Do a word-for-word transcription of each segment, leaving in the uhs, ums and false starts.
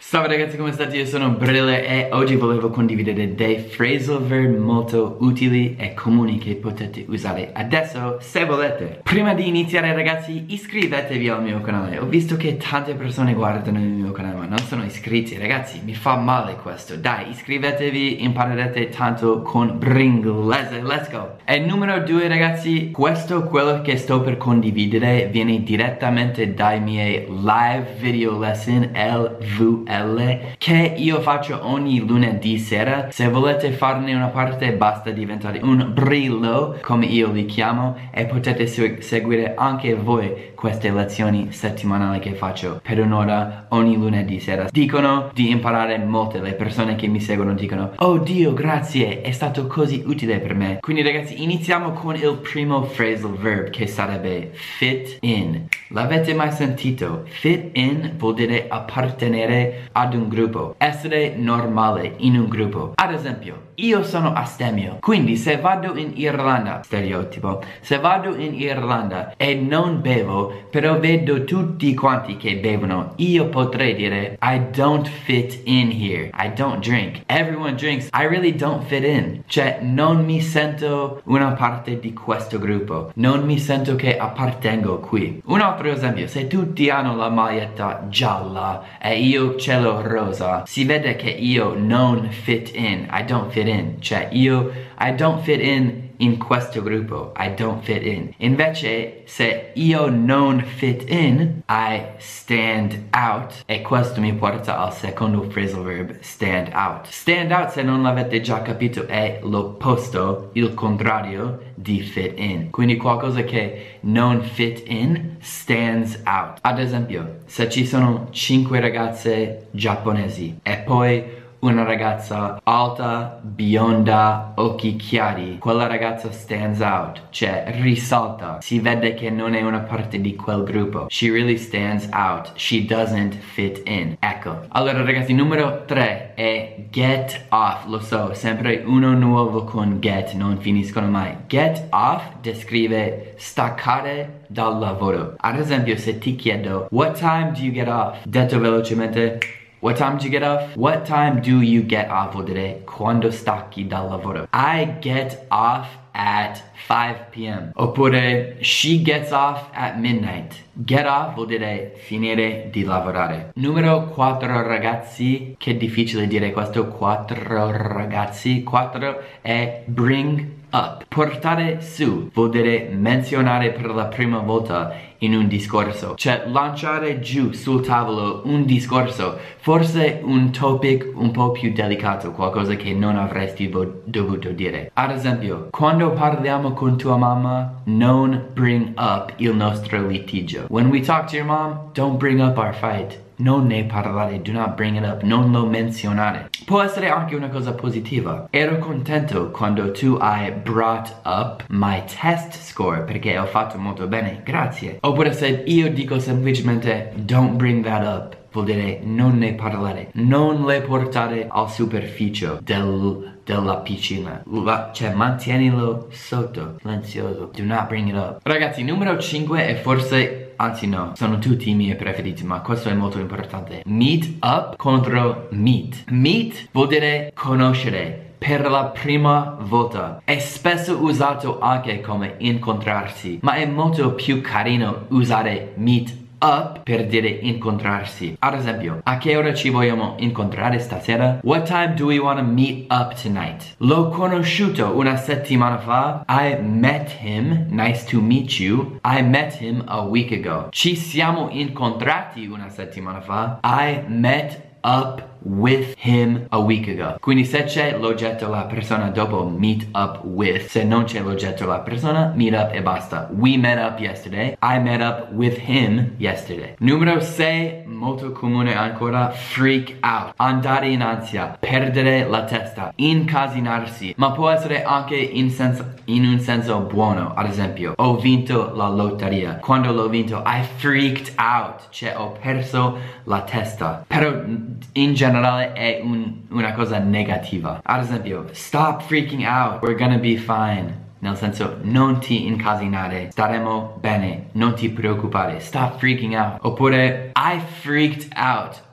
Salve ragazzi, come state? Io sono Brille e oggi volevo condividere dei phrasal verb molto utili e comuni che potete usare adesso se volete. Prima di iniziare ragazzi, iscrivetevi al mio canale. Ho visto che tante persone guardano il mio canale ma non sono iscritti. Ragazzi, mi fa male questo. Dai, iscrivetevi, imparerete tanto con Bringlese. Let's go! E numero due ragazzi, questo, quello che sto per condividere, viene direttamente dai miei live video lesson L V L che io faccio ogni lunedì sera. Se volete farne una parte basta diventare un brillo come io li chiamo e potete se seguire anche voi queste lezioni settimanali che faccio per un'ora ogni lunedì sera. Dicono di imparare molte, le persone che mi seguono dicono oh Dio grazie, è stato così utile per me. Quindi ragazzi iniziamo con il primo phrasal verb che sarebbe fit in. L'avete mai sentito? Fit in vuol dire appartenere ad un gruppo, essere normale in un gruppo. Ad esempio, io sono astemio, quindi se vado in Irlanda, stereotipo, se vado in Irlanda e non bevo, però vedo tutti quanti che bevono, io potrei dire I don't fit in here, I don't drink. Everyone drinks, I really don't fit in. Cioè, non mi sento una parte di questo gruppo, non mi sento che appartengo qui. Un altro esempio, se tutti hanno la maglietta gialla e io ce l'ho rosa, si vede che io non fit in, I don't fit in, cioè io I don't fit in in questo gruppo, I don't fit in. Invece se io non fit in, I stand out, e questo mi porta al secondo phrasal verb, stand out. Stand out, se non l'avete già capito, è l'opposto, il contrario di fit in. Quindi qualcosa che non fit in stands out. Ad esempio, se ci sono cinque ragazze giapponesi e poi una ragazza alta, bionda, occhi chiari, quella ragazza stands out, cioè risalta, si vede che non è una parte di quel gruppo. She really stands out, she doesn't fit in. Ecco. Allora ragazzi, numero tre è get off. Lo so, sempre uno nuovo con get, non finiscono mai. Get off descrive staccare dal lavoro. Ad esempio, se ti chiedo what time do you get off? Detto velocemente, what time do you get off? What time do you get off vuol dire quando stacchi dal lavoro. I get off at five p m Oppure she gets off at midnight. Get off vuol dire finire di lavorare. Numero quattro ragazzi, che difficile dire questo, quattro ragazzi. Quattro è bring up. Portare su vuol dire menzionare per la prima volta in un discorso, cioè lanciare giù sul tavolo un discorso, forse un topic un po' più delicato, qualcosa che non avresti dovuto dire. Ad esempio, quando parliamo con tua mamma, non bring up il nostro litigio. When we talk to your mom, don't bring up our fight. Non ne parlare, do not bring it up, non lo menzionare. Può essere anche una cosa positiva. Ero contento quando tu hai brought up my test score perché ho fatto molto bene, grazie. Oppure se io dico semplicemente don't bring that up, vuol dire non ne parlare, non le portare al superficie del, della piscina, La, cioè mantienilo sotto, silenzioso, do not bring it up. Ragazzi, numero cinque è forse, anzi no, sono tutti i miei preferiti, ma questo è molto importante. Meet up contro meet. Meet vuol dire conoscere per la prima volta. È spesso usato anche come incontrarsi, ma è molto più carino usare meet up per dire incontrarsi. Ad esempio, a che ora ci vogliamo incontrare stasera? What time do we want to meet up tonight? L'ho conosciuto una settimana fa. I met him. Nice to meet you. I met him a week ago. Ci siamo incontrati una settimana fa. I met up with him a week ago. Quindi se c'è l'oggetto la persona dopo meet up with, se non c'è l'oggetto la persona meet up e basta. We met up yesterday. I met up with him yesterday. Numero sei, molto comune ancora, freak out. Andare in ansia, perdere la testa, incasinarsi, ma può essere anche in, senso, in un senso buono. Ad esempio, ho vinto la lotteria. Quando l'ho vinto I freaked out, cioè ho perso la testa. Però in generale è un, una cosa negativa. Ad esempio, stop freaking out, we're gonna be fine. Nel senso, non ti incasinare, staremo bene, non ti preoccupare, stop freaking out. Oppure, I freaked out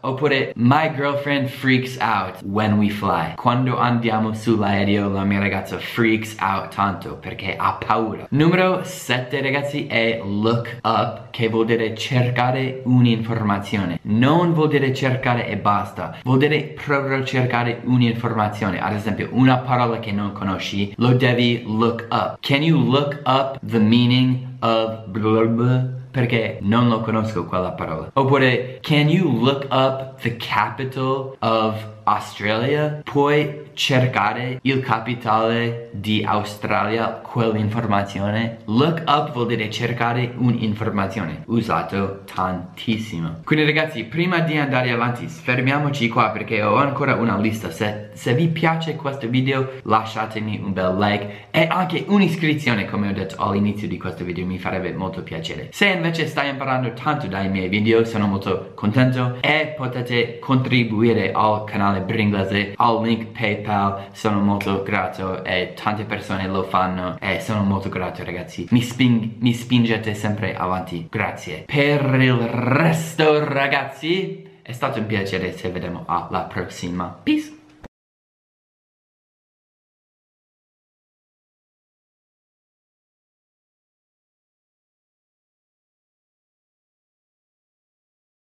Oppure my girlfriend freaks out when we fly. Quando andiamo sull'aereo la mia ragazza freaks out tanto perché ha paura. Numero sette ragazzi è look up, che vuol dire cercare un'informazione. Non vuol dire cercare e basta, vuol dire proprio cercare un'informazione. Ad esempio una parola che non conosci lo devi look up. Can you look up the meaning of blah blah? Perché non lo conosco quella parola. Oppure can you look up the capital of Australia? Puoi cercare il capitale di Australia, quell'informazione. Look up vuol dire cercare un'informazione, usato tantissimo. Quindi ragazzi, prima di andare avanti fermiamoci qua perché ho ancora una lista. Se, se vi piace questo video lasciatemi un bel like e anche un'iscrizione, come ho detto all'inizio di questo video, mi farebbe molto piacere. Se invece stai imparando tanto dai miei video sono molto contento e potete contribuire al canale Bringlese al link PayPal, sono molto grato e tante persone lo fanno e sono molto grato ragazzi, mi, sping mi spingete sempre avanti, grazie. Per il resto ragazzi è stato un piacere, ci vediamo alla prossima, peace.